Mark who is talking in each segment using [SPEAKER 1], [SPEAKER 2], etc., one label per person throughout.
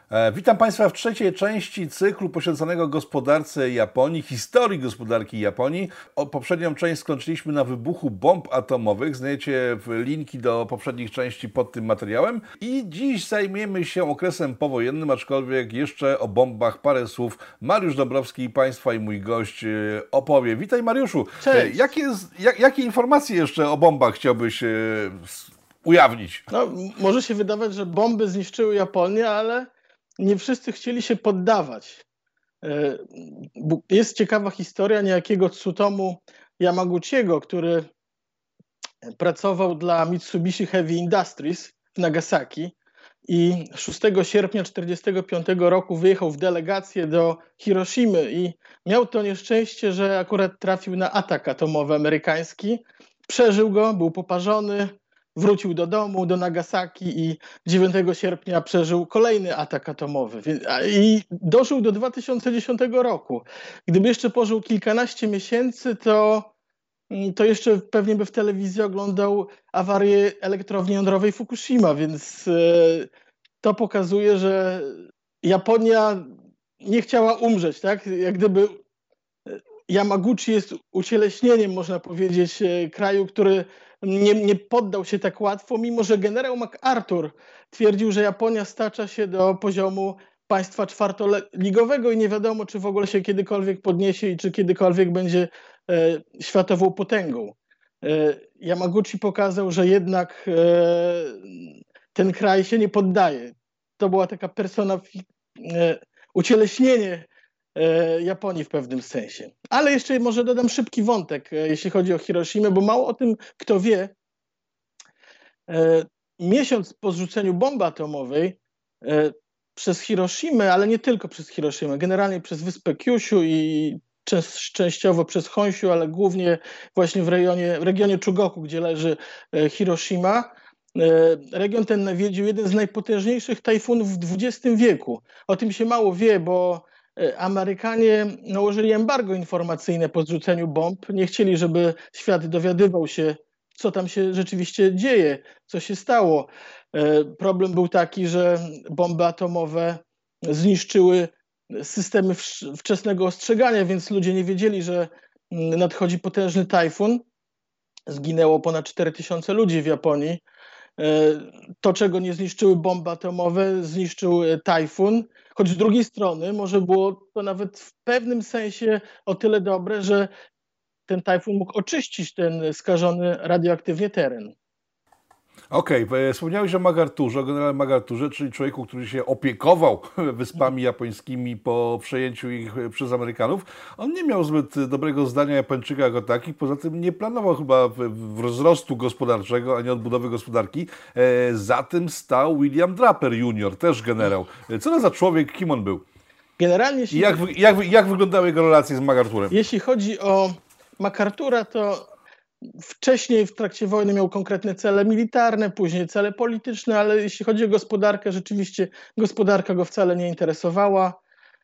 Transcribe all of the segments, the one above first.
[SPEAKER 1] Witam Państwa w trzeciej części cyklu poświęconego gospodarce Japonii, historii gospodarki Japonii. Poprzednią część skończyliśmy na wybuchu bomb atomowych. Znajdziecie linki do poprzednich części pod tym materiałem. I dziś zajmiemy się okresem powojennym, aczkolwiek jeszcze o bombach parę słów. Mariusz Dąbrowski, Państwa i mój gość opowie. Witaj Mariuszu.
[SPEAKER 2] Cześć.
[SPEAKER 1] Jakie informacje jeszcze o bombach chciałbyś ujawnić?
[SPEAKER 2] No, może się wydawać, że bomby zniszczyły Japonię, ale nie wszyscy chcieli się poddawać. Jest ciekawa historia niejakiego Tsutomu Yamaguchiego, który pracował dla Mitsubishi Heavy Industries w Nagasaki i 6 sierpnia 1945 roku wyjechał w delegację do Hiroshimy i miał to nieszczęście, że akurat trafił na atak atomowy amerykański. Przeżył go, był poparzony, wrócił do domu, do Nagasaki i 9 sierpnia przeżył kolejny atak atomowy. I dożył do 2010 roku. Gdyby jeszcze pożył kilkanaście miesięcy, to jeszcze pewnie by w telewizji oglądał awarię elektrowni jądrowej Fukushima, więc to pokazuje, że Japonia nie chciała umrzeć, tak? Jak gdyby Yamaguchi jest ucieleśnieniem, można powiedzieć, kraju, który nie poddał się tak łatwo, mimo że generał MacArthur twierdził, że Japonia stacza się do poziomu państwa czwartoligowego i nie wiadomo, czy w ogóle się kiedykolwiek podniesie i czy kiedykolwiek będzie światową potęgą. Yamaguchi pokazał, że jednak ten kraj się nie poddaje. To była taka ucieleśnienie Japonii w pewnym sensie. Ale jeszcze może dodam szybki wątek, jeśli chodzi o Hiroshimę, bo mało o tym kto wie. Miesiąc po zrzuceniu bomby atomowej przez Hiroshimę, ale nie tylko przez Hiroshimę, generalnie przez wyspę Kyushu i częściowo przez Honshu, ale głównie właśnie w regionie Chugoku, gdzie leży Hiroshima. Region ten nawiedził jeden z najpotężniejszych tajfunów w XX wieku. O tym się mało wie, bo Amerykanie nałożyli embargo informacyjne po zrzuceniu bomb. Nie chcieli, żeby świat dowiadywał się, co tam się rzeczywiście dzieje, co się stało. Problem był taki, że bomby atomowe zniszczyły systemy wczesnego ostrzegania, więc ludzie nie wiedzieli, że nadchodzi potężny tajfun. Zginęło ponad 4000 ludzi w Japonii. To, czego nie zniszczyły bomby atomowe, zniszczył tajfun, choć z drugiej strony może było to nawet w pewnym sensie o tyle dobre, że ten tajfun mógł oczyścić ten skażony radioaktywnie teren.
[SPEAKER 1] Okej, wspomniałeś o MacArthurze, o generale MacArthurze, czyli człowieku, który się opiekował wyspami japońskimi po przejęciu ich przez Amerykanów. On nie miał zbyt dobrego zdania Japończyka jako takich, poza tym nie planował chyba wzrostu gospodarczego, ani odbudowy gospodarki. Za tym stał William Draper Jr., też generał. Co to za człowiek, kim on był?
[SPEAKER 2] Generalnie,
[SPEAKER 1] jak wyglądały jego relacje z MacArthurem?
[SPEAKER 2] Jeśli chodzi o MacArthura, to wcześniej w trakcie wojny miał konkretne cele militarne, później cele polityczne, ale jeśli chodzi o gospodarkę, rzeczywiście gospodarka go wcale nie interesowała.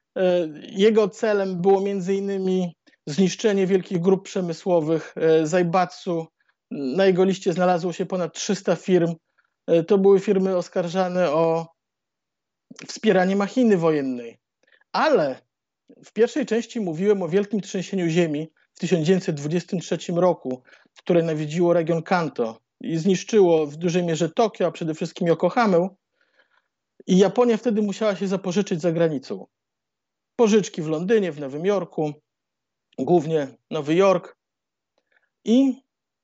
[SPEAKER 2] Jego celem było między innymi zniszczenie wielkich grup przemysłowych, Zaibatsu. Na jego liście znalazło się ponad 300 firm. To były firmy oskarżane o wspieranie machiny wojennej. Ale w pierwszej części mówiłem o wielkim trzęsieniu ziemi w 1923 roku, które nawiedziło region Kanto i zniszczyło w dużej mierze Tokio, a przede wszystkim Yokohamę. I Japonia wtedy musiała się zapożyczyć za granicą. Pożyczki w Londynie, w Nowym Jorku, głównie Nowy Jork. I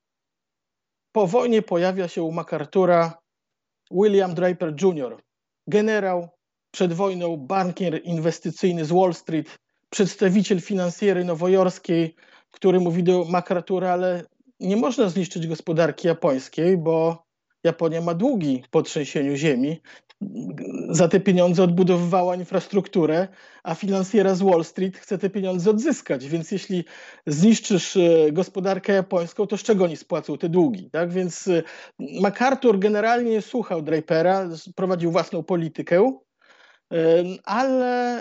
[SPEAKER 2] po wojnie pojawia się u MacArthura William Draper Jr., generał, przed wojną bankier inwestycyjny z Wall Street, przedstawiciel finansjery nowojorskiej, który mówi do MacArthura, ale nie można zniszczyć gospodarki japońskiej, bo Japonia ma długi po trzęsieniu ziemi. Za te pieniądze odbudowywała infrastrukturę, a finansjera z Wall Street chce te pieniądze odzyskać. Więc jeśli zniszczysz gospodarkę japońską, to z czego oni spłacą te długi? Tak? Więc MacArthur generalnie słuchał Drapera, prowadził własną politykę, ale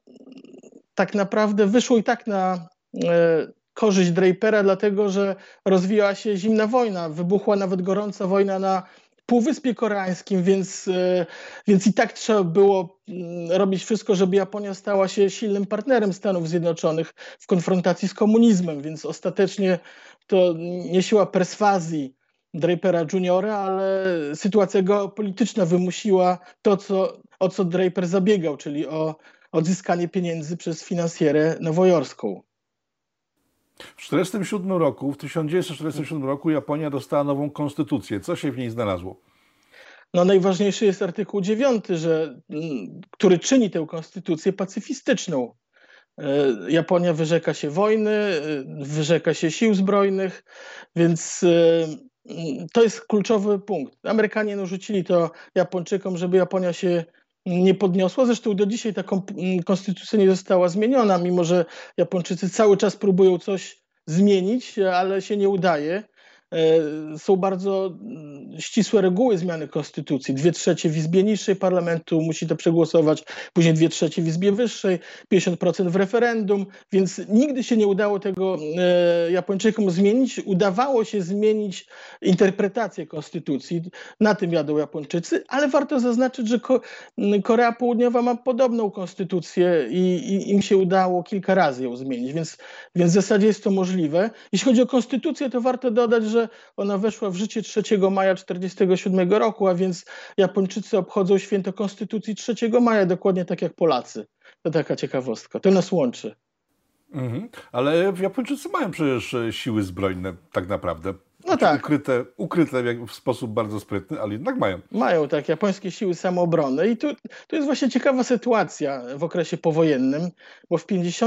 [SPEAKER 2] tak naprawdę wyszło i tak na korzyść Drapera, dlatego że rozwijała się zimna wojna. Wybuchła nawet gorąca wojna na Półwyspie Koreańskim, więc i tak trzeba było robić wszystko, żeby Japonia stała się silnym partnerem Stanów Zjednoczonych w konfrontacji z komunizmem, więc ostatecznie to nie siła perswazji Drapera Juniora, ale sytuacja geopolityczna wymusiła to, o co Draper zabiegał, czyli o odzyskanie pieniędzy przez finansjerę nowojorską.
[SPEAKER 1] W 1947 roku Japonia dostała nową konstytucję. Co się w niej znalazło?
[SPEAKER 2] No, najważniejszy jest artykuł 9, który czyni tę konstytucję pacyfistyczną. Japonia wyrzeka się wojny, wyrzeka się sił zbrojnych, więc to jest kluczowy punkt. Amerykanie narzucili to Japończykom, żeby Japonia się nie podniosła. Zresztą do dzisiaj ta konstytucja nie została zmieniona, mimo że Japończycy cały czas próbują coś zmienić, ale się nie udaje. Są bardzo ścisłe reguły zmiany konstytucji. 2/3 w Izbie Niższej Parlamentu musi to przegłosować, później 2/3 w Izbie Wyższej, 50% w referendum, więc nigdy się nie udało tego Japończykom zmienić. Udawało się zmienić interpretację konstytucji. Na tym jadą Japończycy, ale warto zaznaczyć, że Korea Południowa ma podobną konstytucję i im się udało kilka razy ją zmienić, więc w zasadzie jest to możliwe. Jeśli chodzi o konstytucję, to warto dodać, że ona weszła w życie 3 maja 1947 roku, a więc Japończycy obchodzą święto Konstytucji 3 maja, dokładnie tak jak Polacy. To taka ciekawostka. To nas łączy.
[SPEAKER 1] Ale Japończycy mają przecież siły zbrojne tak naprawdę.
[SPEAKER 2] No tak.
[SPEAKER 1] Ukryte w sposób bardzo sprytny, ale jednak mają.
[SPEAKER 2] Mają tak, japońskie siły samoobrony i tu jest właśnie ciekawa sytuacja w okresie powojennym, bo w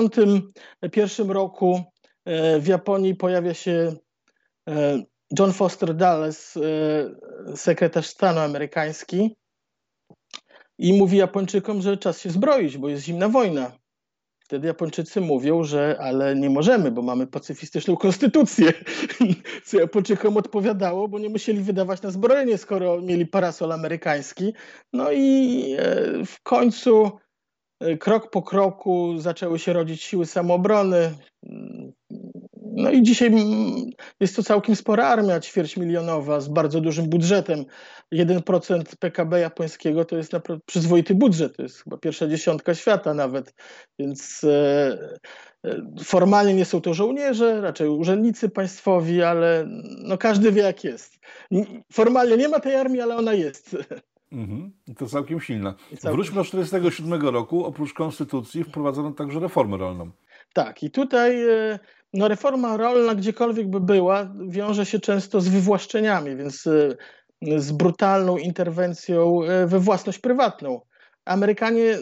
[SPEAKER 2] 1951 roku w Japonii pojawia się John Foster Dulles, sekretarz stanu amerykański, i mówi Japończykom, że czas się zbroić, bo jest zimna wojna. Wtedy Japończycy mówią, że ale nie możemy, bo mamy pacyfistyczną konstytucję. Co Japończykom odpowiadało, bo nie musieli wydawać na zbrojenie, skoro mieli parasol amerykański. No i w końcu krok po kroku zaczęły się rodzić siły samoobrony. No i dzisiaj jest to całkiem spora armia ćwierćmilionowa z bardzo dużym budżetem. 1% PKB japońskiego to jest naprawdę przyzwoity budżet, to jest chyba pierwsza dziesiątka świata nawet, więc formalnie nie są to żołnierze, raczej urzędnicy państwowi, ale no każdy wie jak jest. Formalnie nie ma tej armii, ale ona jest.
[SPEAKER 1] To całkiem silna. Wróćmy do 1947 roku. Oprócz konstytucji wprowadzono także reformę rolną.
[SPEAKER 2] Tak, i tutaj no, reforma rolna, gdziekolwiek by była, wiąże się często z wywłaszczeniami, więc z brutalną interwencją we własność prywatną. Amerykanie,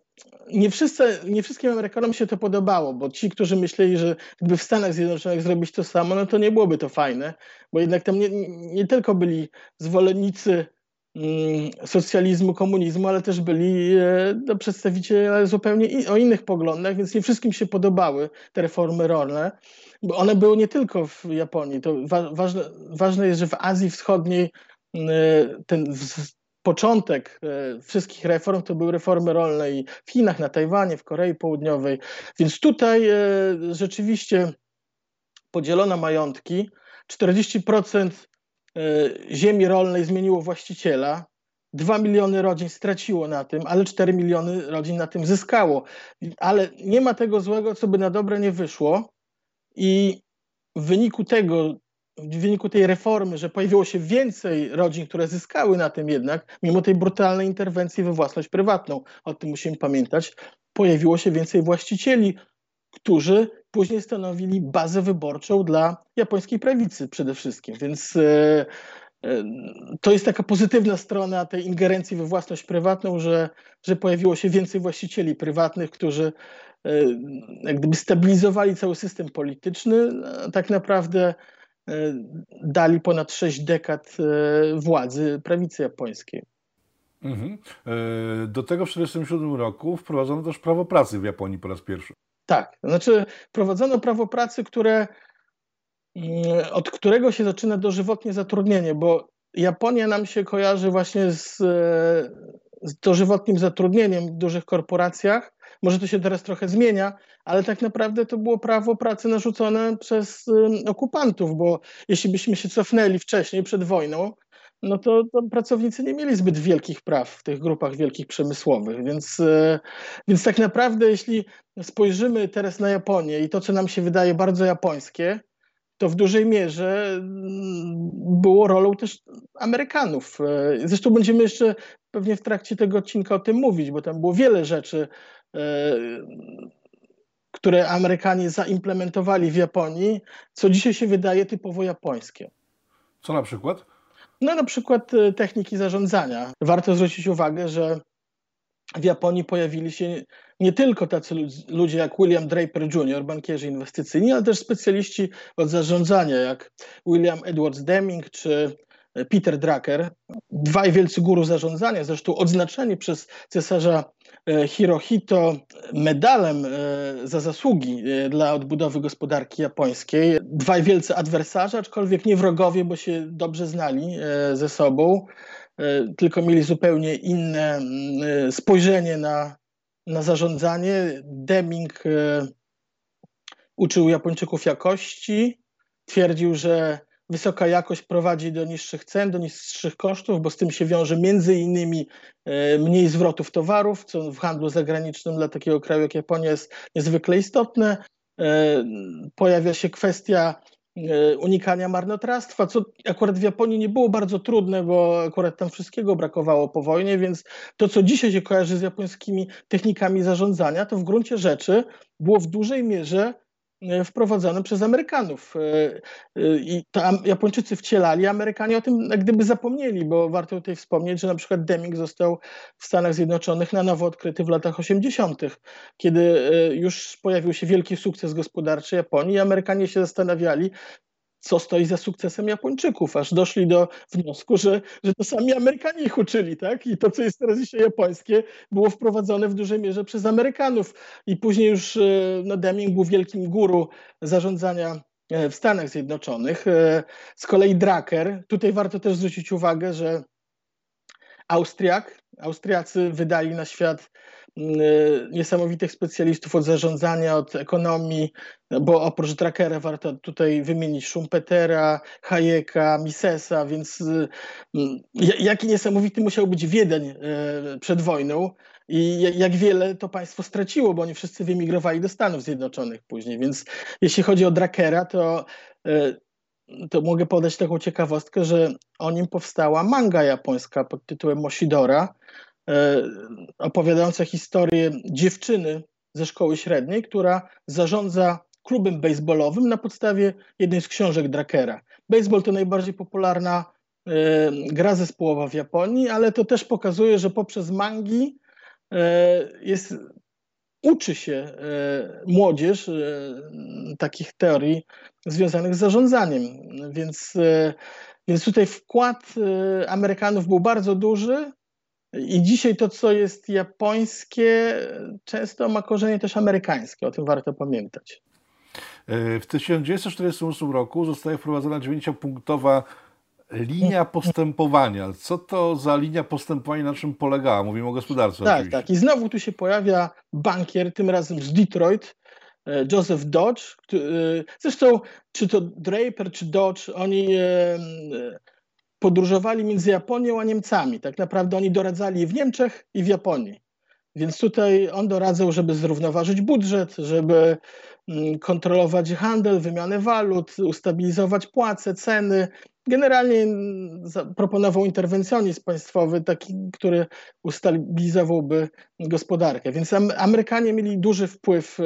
[SPEAKER 2] nie wszystkim Amerykanom się to podobało, bo ci, którzy myśleli, że gdyby w Stanach Zjednoczonych zrobić to samo, no to nie byłoby to fajne, bo jednak tam nie tylko byli zwolennicy socjalizmu, komunizmu, ale też byli przedstawiciele zupełnie o innych poglądach, więc nie wszystkim się podobały te reformy rolne, bo one były nie tylko w Japonii. To ważne jest, że w Azji Wschodniej ten początek wszystkich reform to były reformy rolne i w Chinach, na Tajwanie, w Korei Południowej, więc tutaj rzeczywiście podzielono majątki, 40% ziemi rolnej zmieniło właściciela, 2 miliony rodzin straciło na tym, ale 4 miliony rodzin na tym zyskało. Ale nie ma tego złego, co by na dobre nie wyszło i w wyniku tej reformy, że pojawiło się więcej rodzin, które zyskały na tym jednak, mimo tej brutalnej interwencji we własność prywatną, o tym musimy pamiętać, pojawiło się więcej właścicieli, którzy później stanowili bazę wyborczą dla japońskiej prawicy przede wszystkim. Więc to jest taka pozytywna strona tej ingerencji we własność prywatną, że pojawiło się więcej właścicieli prywatnych, którzy jak gdyby stabilizowali cały system polityczny, tak naprawdę dali ponad 6 dekad władzy prawicy japońskiej.
[SPEAKER 1] Do tego w 1947 roku wprowadzono też prawo pracy w Japonii po raz pierwszy.
[SPEAKER 2] Tak, znaczy wprowadzono prawo pracy, od którego się zaczyna dożywotnie zatrudnienie, bo Japonia nam się kojarzy właśnie z dożywotnim zatrudnieniem w dużych korporacjach. Może to się teraz trochę zmienia, ale tak naprawdę to było prawo pracy narzucone przez okupantów, bo jeśli byśmy się cofnęli wcześniej, przed wojną, no to pracownicy nie mieli zbyt wielkich praw w tych grupach wielkich przemysłowych, więc tak naprawdę jeśli spojrzymy teraz na Japonię i to, co nam się wydaje bardzo japońskie, to w dużej mierze było rolą też Amerykanów. Zresztą będziemy jeszcze pewnie w trakcie tego odcinka o tym mówić, bo tam było wiele rzeczy, które Amerykanie zaimplementowali w Japonii, co dzisiaj się wydaje typowo japońskie.
[SPEAKER 1] Co na przykład?
[SPEAKER 2] No na przykład techniki zarządzania. Warto zwrócić uwagę, że w Japonii pojawili się nie tylko tacy ludzie jak William Draper Jr., bankierzy inwestycyjni, ale też specjaliści od zarządzania, jak William Edwards Deming czy Peter Drucker. Dwaj wielcy guru zarządzania, zresztą odznaczeni przez cesarza Hirohito medalem za zasługi dla odbudowy gospodarki japońskiej. Dwaj wielcy adwersarze, aczkolwiek nie wrogowie, bo się dobrze znali ze sobą, tylko mieli zupełnie inne spojrzenie na zarządzanie. Deming uczył Japończyków jakości, twierdził, że wysoka jakość prowadzi do niższych cen, do niższych kosztów, bo z tym się wiąże między innymi mniej zwrotów towarów, co w handlu zagranicznym dla takiego kraju jak Japonia jest niezwykle istotne. Pojawia się kwestia unikania marnotrawstwa, co akurat w Japonii nie było bardzo trudne, bo akurat tam wszystkiego brakowało po wojnie, więc to, co dzisiaj się kojarzy z japońskimi technikami zarządzania, to w gruncie rzeczy było w dużej mierze wprowadzone przez Amerykanów. I to Japończycy wcielali, Amerykanie o tym jak gdyby zapomnieli, bo warto tutaj wspomnieć, że na przykład Deming został w Stanach Zjednoczonych na nowo odkryty w latach 80., kiedy już pojawił się wielki sukces gospodarczy Japonii i Amerykanie się zastanawiali, co stoi za sukcesem Japończyków, aż doszli do wniosku, że to sami Amerykanie ich uczyli, tak? I to, co jest teraz dzisiaj japońskie, było wprowadzone w dużej mierze przez Amerykanów. I później już Deming był wielkim guru zarządzania w Stanach Zjednoczonych. Z kolei Drucker, tutaj warto też zwrócić uwagę, że Austriacy wydali na świat niesamowitych specjalistów od zarządzania, od ekonomii, bo oprócz Druckera warto tutaj wymienić Schumpetera, Hayeka, Misesa, więc jaki niesamowity musiał być Wiedeń przed wojną i jak wiele to państwo straciło, bo oni wszyscy wyemigrowali do Stanów Zjednoczonych później, więc jeśli chodzi o Druckera, to mogę podać taką ciekawostkę, że o nim powstała manga japońska pod tytułem Moshidora, opowiadająca historię dziewczyny ze szkoły średniej, która zarządza klubem baseballowym na podstawie jednej z książek Druckera. Baseball to najbardziej popularna gra zespołowa w Japonii, ale to też pokazuje, że poprzez mangi uczy się młodzież takich teorii związanych z zarządzaniem. Więc tutaj wkład Amerykanów był bardzo duży i dzisiaj to, co jest japońskie, często ma korzenie też amerykańskie. O tym warto pamiętać.
[SPEAKER 1] W 1948 roku zostaje wprowadzona 9-punktowa linia postępowania. Co to za linia postępowania, na czym polegała? Mówimy o gospodarce oczywiście.
[SPEAKER 2] Tak. I znowu tu się pojawia bankier, tym razem z Detroit, Joseph Dodge. Zresztą czy to Draper, czy Dodge, oni podróżowali między Japonią a Niemcami. Tak naprawdę oni doradzali w Niemczech i w Japonii. Więc tutaj on doradzał, żeby zrównoważyć budżet, żeby kontrolować handel, wymianę walut, ustabilizować płace, ceny. Generalnie proponował interwencjonizm państwowy, taki, który ustabilizowałby gospodarkę. Więc Amerykanie mieli duży wpływ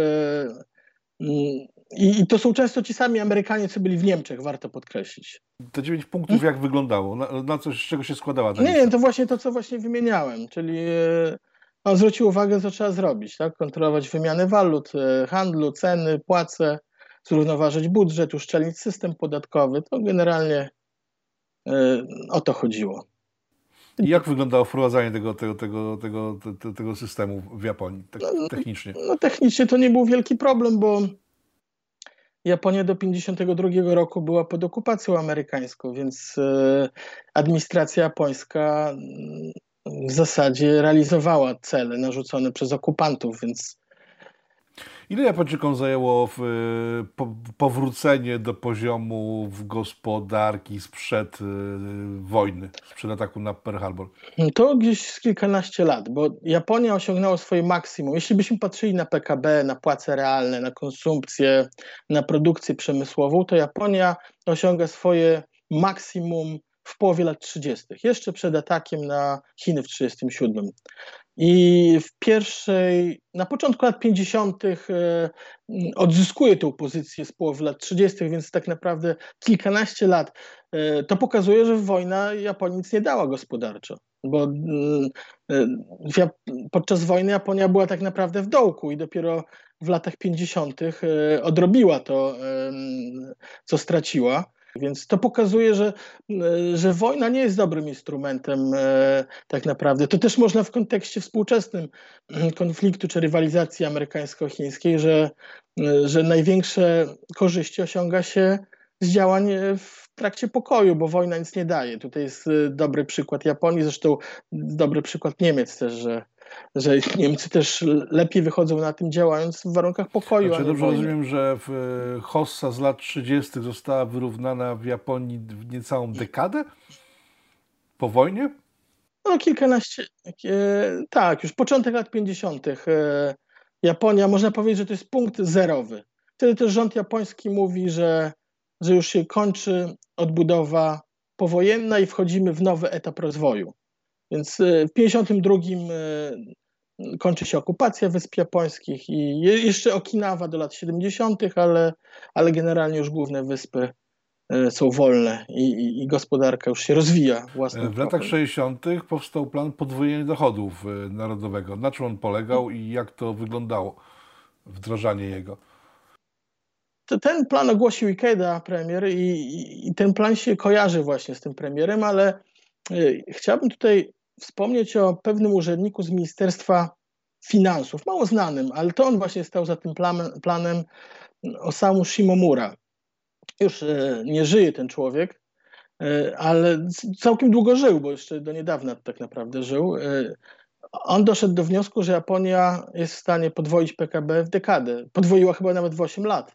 [SPEAKER 2] i to są często ci sami Amerykanie, co byli w Niemczech, warto podkreślić.
[SPEAKER 1] Te 9 punktów jak wyglądało? Na coś, z czego się składała ta
[SPEAKER 2] Nie, to właśnie to, co właśnie wymieniałem, czyli on zwrócił uwagę, co trzeba zrobić, tak? Kontrolować wymianę walut, handlu, ceny, płace, zrównoważyć budżet, uszczelnić system podatkowy. To generalnie o to chodziło.
[SPEAKER 1] I jak wyglądało wprowadzanie tego systemu w Japonii technicznie?
[SPEAKER 2] No, technicznie to nie był wielki problem, bo Japonia do 1952 roku była pod okupacją amerykańską, więc administracja japońska w zasadzie realizowała cele narzucone przez okupantów, więc...
[SPEAKER 1] Ile Japończykom zajęło powrócenie do poziomu gospodarki sprzed wojny, sprzed ataku na Pearl Harbor?
[SPEAKER 2] To gdzieś z kilkanaście lat, bo Japonia osiągnęła swoje maksimum. Jeśli byśmy patrzyli na PKB, na płace realne, na konsumpcję, na produkcję przemysłową, to Japonia osiąga swoje maksimum w połowie lat 30., jeszcze przed atakiem na Chiny w 1937. I na początku lat 50. Odzyskuje tę pozycję z połowy lat 30., więc tak naprawdę kilkanaście lat. To pokazuje, że wojna Japonii nic nie dała gospodarczo, bo podczas wojny Japonia była tak naprawdę w dołku i dopiero w latach 50. Odrobiła to, co straciła. Więc to pokazuje, że wojna nie jest dobrym instrumentem tak naprawdę. To też można w kontekście współczesnym konfliktu czy rywalizacji amerykańsko-chińskiej, że największe korzyści osiąga się z działań w trakcie pokoju, bo wojna nic nie daje. Tutaj jest dobry przykład Japonii, zresztą dobry przykład Niemiec też, że Niemcy też lepiej wychodzą na tym, działając w warunkach pokoju.
[SPEAKER 1] Znaczy, dobrze rozumiem, że hossa z lat 30. została wyrównana w Japonii w niecałą dekadę po wojnie?
[SPEAKER 2] No kilkanaście, tak, już początek lat 50. Japonia, można powiedzieć, że to jest punkt zerowy. Wtedy też rząd japoński mówi, że już się kończy odbudowa powojenna i wchodzimy w nowy etap rozwoju. Więc w 52 kończy się okupacja Wysp Japońskich i jeszcze Okinawa do lat 70., ale generalnie już główne wyspy są wolne i gospodarka już się rozwija własnym
[SPEAKER 1] W latach 60. powstał plan podwojenia dochodów narodowego. Na czym on polegał i jak to wyglądało, wdrażanie jego?
[SPEAKER 2] Ten plan ogłosił Ikeda, premier, i ten plan się kojarzy właśnie z tym premierem, ale chciałbym tutaj wspomnieć o pewnym urzędniku z Ministerstwa Finansów, mało znanym, ale to on właśnie stał za tym planem, Osamu Shimomura. Już nie żyje ten człowiek, ale całkiem długo żył, bo jeszcze do niedawna tak naprawdę żył. On doszedł do wniosku, że Japonia jest w stanie podwoić PKB w dekadę. Podwoiła chyba nawet w 8 lat.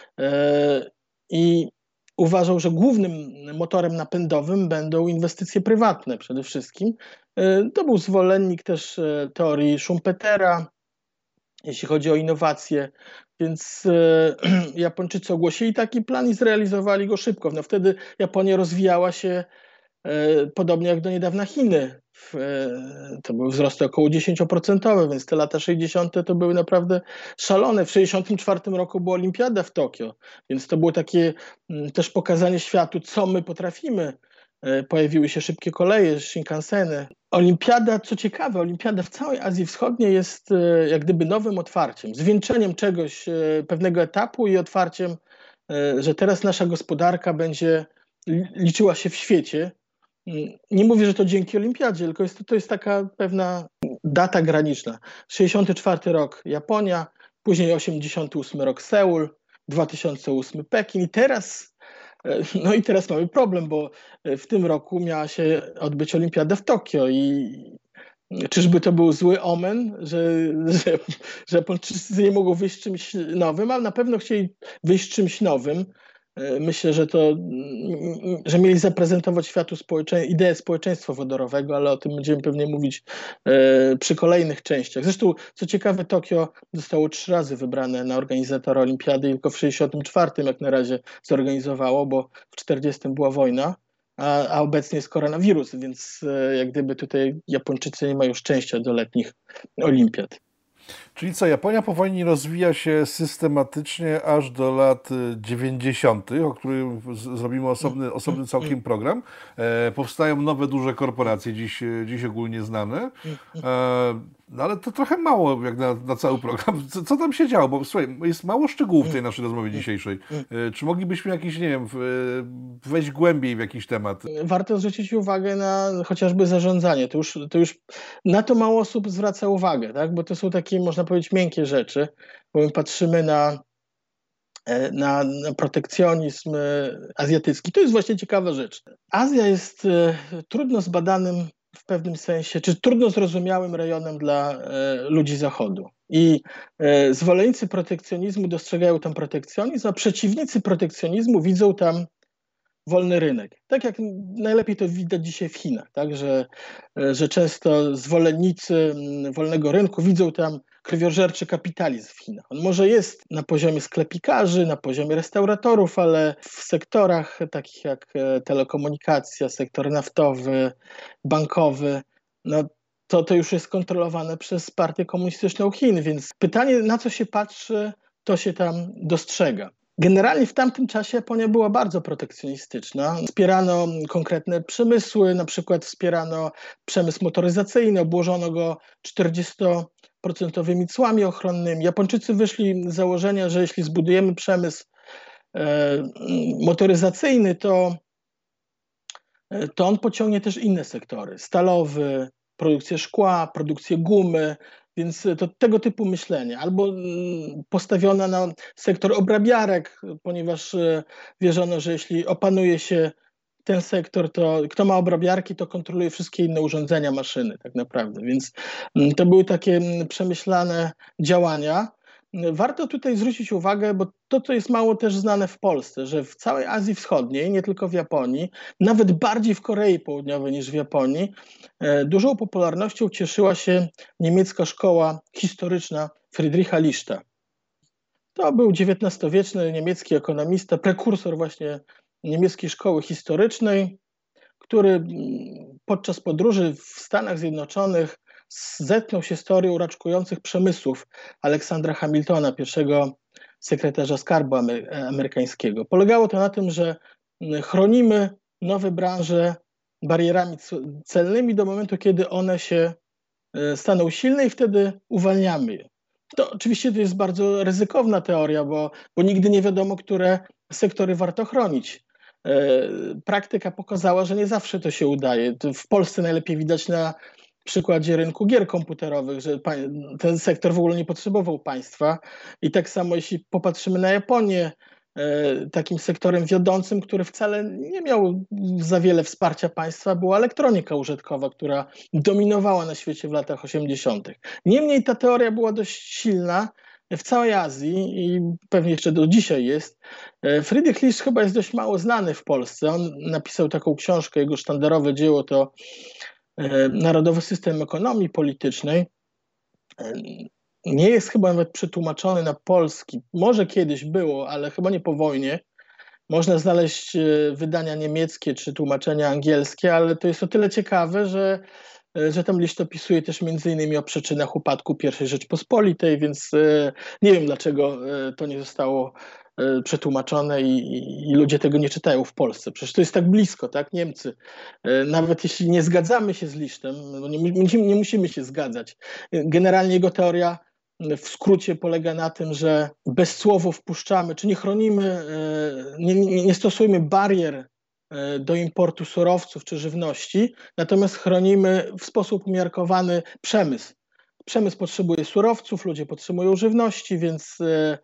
[SPEAKER 2] I uważał, że głównym motorem napędowym będą inwestycje prywatne przede wszystkim. To był zwolennik też teorii Schumpetera, jeśli chodzi o innowacje, więc Japończycy ogłosili taki plan i zrealizowali go szybko. No wtedy Japonia rozwijała się podobnie jak do niedawna Chiny. To były wzrosty około 10%, więc te lata 60. to były naprawdę szalone. W 64 roku była olimpiada w Tokio, więc to było takie też pokazanie światu, co my potrafimy. Pojawiły się szybkie koleje, Shinkanseny. Olimpiada, co ciekawe, olimpiada w całej Azji Wschodniej jest jak gdyby nowym otwarciem, zwieńczeniem czegoś, pewnego etapu i otwarciem, że teraz nasza gospodarka będzie liczyła się w świecie. Nie mówię, że to dzięki olimpiadzie, tylko to jest taka pewna data graniczna. 64 rok Japonia, później 88 rok Seul, 2008 Pekin i teraz mamy problem, bo w tym roku miała się odbyć olimpiada w Tokio i czyżby to był zły omen, że Japończycy nie mogą wyjść z czymś nowym, ale na pewno chcieli wyjść z czymś nowym. Myślę, że mieli zaprezentować światu ideę społeczeństwa wodorowego, ale o tym będziemy pewnie mówić przy kolejnych częściach. Zresztą, co ciekawe, Tokio zostało 3 razy wybrane na organizatora olimpiady i tylko w 1964 jak na razie zorganizowało, bo w 1940 była wojna, a obecnie jest koronawirus, więc jak gdyby tutaj Japończycy nie mają szczęścia do letnich olimpiad.
[SPEAKER 1] Czyli co, Japonia po wojnie rozwija się systematycznie aż do lat 90., o którym zrobimy osobny całkiem program. Powstają nowe, duże korporacje, dziś ogólnie znane. No ale to trochę mało jak na cały program. Co tam się działo? Bo słuchaj, jest mało szczegółów w tej naszej rozmowie dzisiejszej. Czy moglibyśmy jakiś, nie wiem, wejść głębiej w jakiś temat?
[SPEAKER 2] Warto zwrócić uwagę na chociażby zarządzanie. To już na to mało osób zwraca uwagę, tak? Bo to są takie, można powiedzieć, miękkie rzeczy, bo my patrzymy na protekcjonizm azjatycki. To jest właśnie ciekawa rzecz. Azja jest trudno zbadanym w pewnym sensie, czy trudno zrozumiałym rejonem dla ludzi Zachodu. I zwolennicy protekcjonizmu dostrzegają tam protekcjonizm, a przeciwnicy protekcjonizmu widzą tam wolny rynek. Tak jak najlepiej to widać dzisiaj w Chinach, tak? Że często zwolennicy wolnego rynku widzą tam krwiożerczy kapitalizm w Chinach. On może jest na poziomie sklepikarzy, na poziomie restauratorów, ale w sektorach takich jak telekomunikacja, sektor naftowy, bankowy, no to już jest kontrolowane przez partię komunistyczną Chin, więc pytanie, na co się patrzy, to się tam dostrzega. Generalnie w tamtym czasie Japonia była bardzo protekcjonistyczna. Wspierano konkretne przemysły, na przykład wspierano przemysł motoryzacyjny, obłożono go 40% cłami ochronnymi. Japończycy wyszli z założenia, że jeśli zbudujemy przemysł motoryzacyjny, to on pociągnie też inne sektory, stalowy, produkcję szkła, produkcję gumy, więc to tego typu myślenie. Albo postawiono na sektor obrabiarek, ponieważ wierzono, że jeśli opanuje się ten sektor, to kto ma obrabiarki, to kontroluje wszystkie inne urządzenia, maszyny tak naprawdę. Więc to były takie przemyślane działania. Warto tutaj zwrócić uwagę, bo to, co jest mało też znane w Polsce, że w całej Azji Wschodniej, nie tylko w Japonii, nawet bardziej w Korei Południowej niż w Japonii, dużą popularnością cieszyła się niemiecka szkoła historyczna Friedricha Lichta. To był XIX-wieczny niemiecki ekonomista, prekursor właśnie niemieckiej szkoły historycznej, który podczas podróży w Stanach Zjednoczonych zetknął się z teorią raczkujących przemysłów Aleksandra Hamiltona, pierwszego sekretarza skarbu amerykańskiego. Polegało to na tym, że chronimy nowe branże barierami celnymi do momentu, kiedy one się staną silne i wtedy uwalniamy je. To oczywiście to jest bardzo ryzykowna teoria, bo nigdy nie wiadomo, które sektory warto chronić. Praktyka pokazała, że nie zawsze to się udaje. To w Polsce najlepiej widać na przykładzie rynku gier komputerowych, że ten sektor w ogóle nie potrzebował państwa. I tak samo jeśli popatrzymy na Japonię, takim sektorem wiodącym, który wcale nie miał za wiele wsparcia państwa, była elektronika użytkowa, która dominowała na świecie w latach 80. Niemniej ta teoria była dość silna w całej Azji i pewnie jeszcze do dzisiaj jest. Friedrich List chyba jest dość mało znany w Polsce. On napisał taką książkę, jego sztandarowe dzieło to Narodowy System Ekonomii Politycznej. Nie jest chyba nawet przetłumaczony na polski. Może kiedyś było, ale chyba nie po wojnie. Można znaleźć wydania niemieckie czy tłumaczenia angielskie, ale to jest o tyle ciekawe, że tam Licht opisuje też między innymi o przyczynach upadku I Rzeczpospolitej, więc nie wiem, dlaczego to nie zostało przetłumaczone i ludzie tego nie czytają w Polsce. Przecież to jest tak blisko, tak? Niemcy. Nawet jeśli nie zgadzamy się z Lichtem, no nie musimy się zgadzać. Generalnie jego teoria w skrócie polega na tym, że bezcłowo wpuszczamy, czy nie chronimy, nie stosujemy barier do importu surowców czy żywności, natomiast chronimy w sposób umiarkowany przemysł. Przemysł potrzebuje surowców, ludzie potrzebują żywności, więc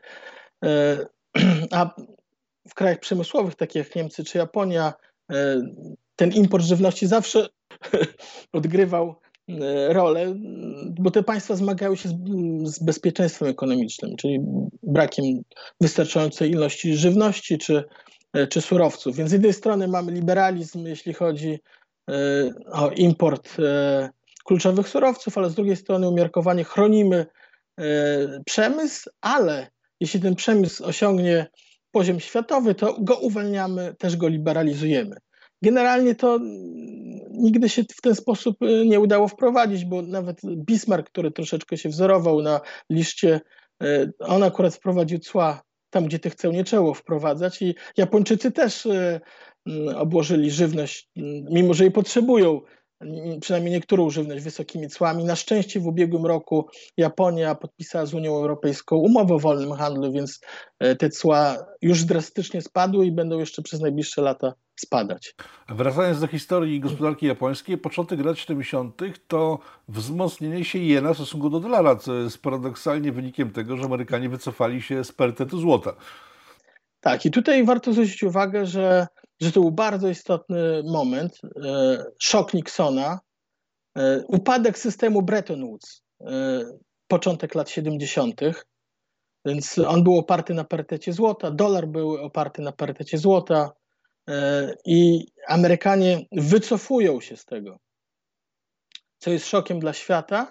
[SPEAKER 2] a w krajach przemysłowych, takich jak Niemcy czy Japonia, ten import żywności zawsze odgrywał rolę, bo te państwa zmagają się z bezpieczeństwem ekonomicznym, czyli brakiem wystarczającej ilości żywności czy surowców. Więc z jednej strony mamy liberalizm, jeśli chodzi o import kluczowych surowców, ale z drugiej strony umiarkowanie chronimy przemysł, ale jeśli ten przemysł osiągnie poziom światowy, to go uwalniamy, też go liberalizujemy. Generalnie to nigdy się w ten sposób nie udało wprowadzić, bo nawet Bismarck, który troszeczkę się wzorował na Lichcie, on akurat wprowadził cła tam, gdzie tych ceł nie trzeba wprowadzać i Japończycy też obłożyli żywność, mimo że jej potrzebują, przynajmniej niektórą żywność wysokimi cłami. Na szczęście w ubiegłym roku Japonia podpisała z Unią Europejską umowę o wolnym handlu, więc te cła już drastycznie spadły i będą jeszcze przez najbliższe lata spadać.
[SPEAKER 1] Wracając do historii gospodarki japońskiej, początek lat 70. to wzmocnienie się jena w stosunku do dolara, co jest paradoksalnie wynikiem tego, że Amerykanie wycofali się z parytetu złota.
[SPEAKER 2] Tak, i tutaj warto zwrócić uwagę, że to był bardzo istotny moment, szok Nixona, Upadek systemu Bretton Woods, początek lat 70., więc on był oparty na parytecie złota, dolar był oparty na parytecie złota i Amerykanie wycofują się z tego, co jest szokiem dla świata.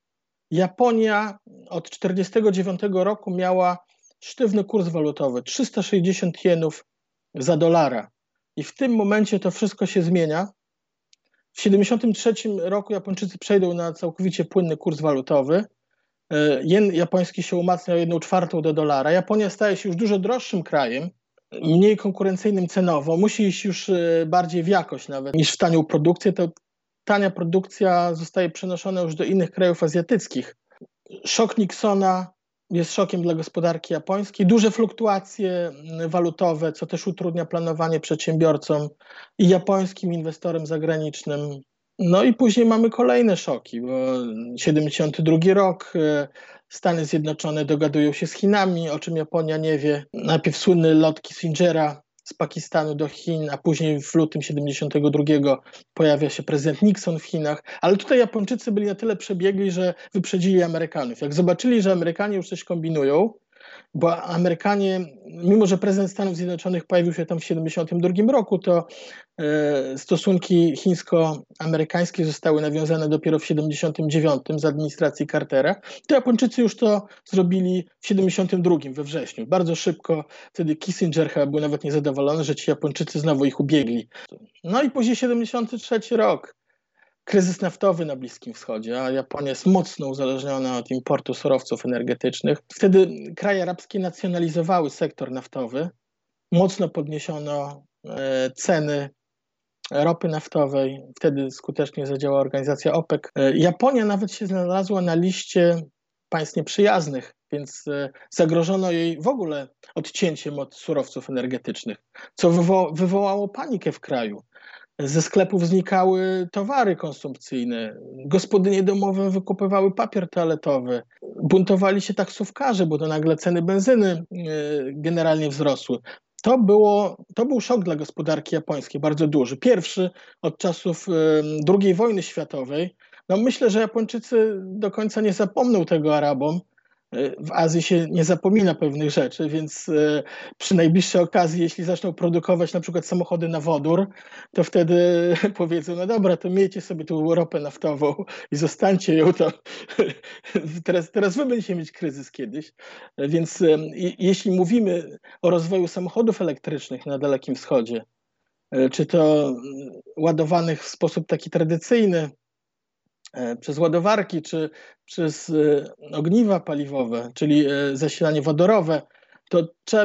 [SPEAKER 2] Japonia od 1949 roku miała sztywny kurs walutowy, 360 jenów za dolara. I w tym momencie to wszystko się zmienia. W 1973 roku Japończycy przejdą na całkowicie płynny kurs walutowy. Jen japoński się umacnia o 1/4 do dolara. Japonia staje się już dużo droższym krajem, mniej konkurencyjnym cenowo, musi iść już bardziej w jakość nawet niż w tanią produkcję. To tania produkcja zostaje przenoszona już do innych krajów azjatyckich. Szok Nixona jest szokiem dla gospodarki japońskiej. Duże fluktuacje walutowe, co też utrudnia planowanie przedsiębiorcom i japońskim inwestorom zagranicznym. No i później mamy kolejne szoki, bo 72 rok, Stany Zjednoczone dogadują się z Chinami, o czym Japonia nie wie. Najpierw słynny lot Kissingera z Pakistanu do Chin, a później w lutym 72 pojawia się prezydent Nixon w Chinach. Ale tutaj Japończycy byli na tyle przebiegli, że wyprzedzili Amerykanów. Jak zobaczyli, że Amerykanie już coś kombinują, bo Amerykanie, mimo że prezydent Stanów Zjednoczonych pojawił się tam w 1972 roku, to stosunki chińsko-amerykańskie zostały nawiązane dopiero w 1979 z administracji Cartera. To Japończycy już to zrobili w 1972 we wrześniu. Bardzo szybko, wtedy Kissinger chyba był nawet niezadowolony, że ci Japończycy znowu ich ubiegli. No i później 1973 rok. Kryzys naftowy na Bliskim Wschodzie, a Japonia jest mocno uzależniona od importu surowców energetycznych. Wtedy kraje arabskie nacjonalizowały sektor naftowy. Mocno podniesiono ceny ropy naftowej. Wtedy skutecznie zadziałała organizacja OPEC. Japonia nawet się znalazła na liście państw nieprzyjaznych, więc zagrożono jej w ogóle odcięciem od surowców energetycznych, co wywołało panikę w kraju. Ze sklepów znikały towary konsumpcyjne, gospodynie domowe wykupywały papier toaletowy, buntowali się taksówkarze, bo to nagle ceny benzyny generalnie wzrosły. To był szok dla gospodarki japońskiej, bardzo duży. Pierwszy od czasów II wojny światowej. No myślę, że Japończycy do końca nie zapomną tego Arabom. W Azji się nie zapomina pewnych rzeczy, więc przy najbliższej okazji, jeśli zaczną produkować na przykład samochody na wodór, to wtedy powiedzą, no dobra, to miejcie sobie tu ropę naftową i zostańcie ją, to teraz wy będziecie mieć kryzys kiedyś. Więc jeśli mówimy o rozwoju samochodów elektrycznych na Dalekim Wschodzie, czy to ładowanych w sposób taki tradycyjny, przez ładowarki czy przez ogniwa paliwowe, czyli zasilanie wodorowe, to trzeba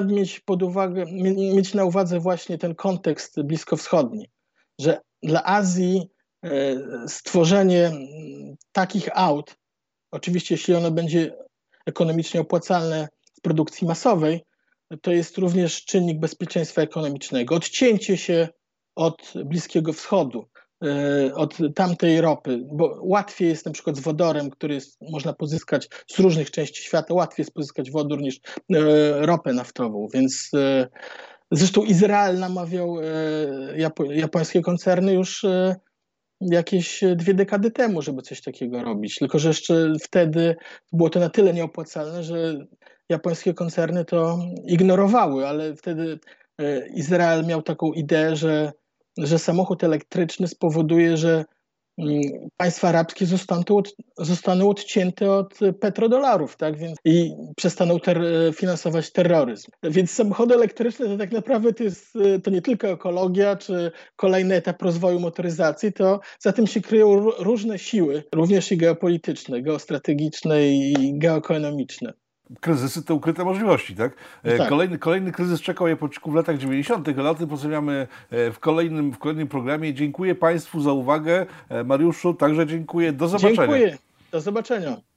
[SPEAKER 2] mieć na uwadze właśnie ten kontekst bliskowschodni, że dla Azji stworzenie takich aut, oczywiście jeśli ono będzie ekonomicznie opłacalne w produkcji masowej, to jest również czynnik bezpieczeństwa ekonomicznego. Odcięcie się od Bliskiego Wschodu, od tamtej ropy, bo łatwiej jest na przykład z wodorem, który można pozyskać z różnych części świata, łatwiej jest pozyskać wodór niż ropę naftową, więc zresztą Izrael namawiał japońskie koncerny już jakieś 2 dekady temu, żeby coś takiego robić, tylko że jeszcze wtedy było to na tyle nieopłacalne, że japońskie koncerny to ignorowały, ale wtedy Izrael miał taką ideę, że samochód elektryczny spowoduje, że państwa arabskie zostaną odcięte od petrodolarów, tak? I przestaną finansować terroryzm. Więc samochody elektryczne to tak naprawdę to nie tylko ekologia, czy kolejny etap rozwoju motoryzacji, to za tym się kryją różne siły, również i geopolityczne, geostrategiczne i geoekonomiczne.
[SPEAKER 1] Kryzysy to ukryte możliwości, tak?
[SPEAKER 2] Tak.
[SPEAKER 1] Kolejny kryzys czekał Japończyków w latach 90., ale o tym porozmawiamy w kolejnym programie. Dziękuję Państwu za uwagę. Mariuszu, także dziękuję. Do zobaczenia.
[SPEAKER 2] Dziękuję. Do zobaczenia.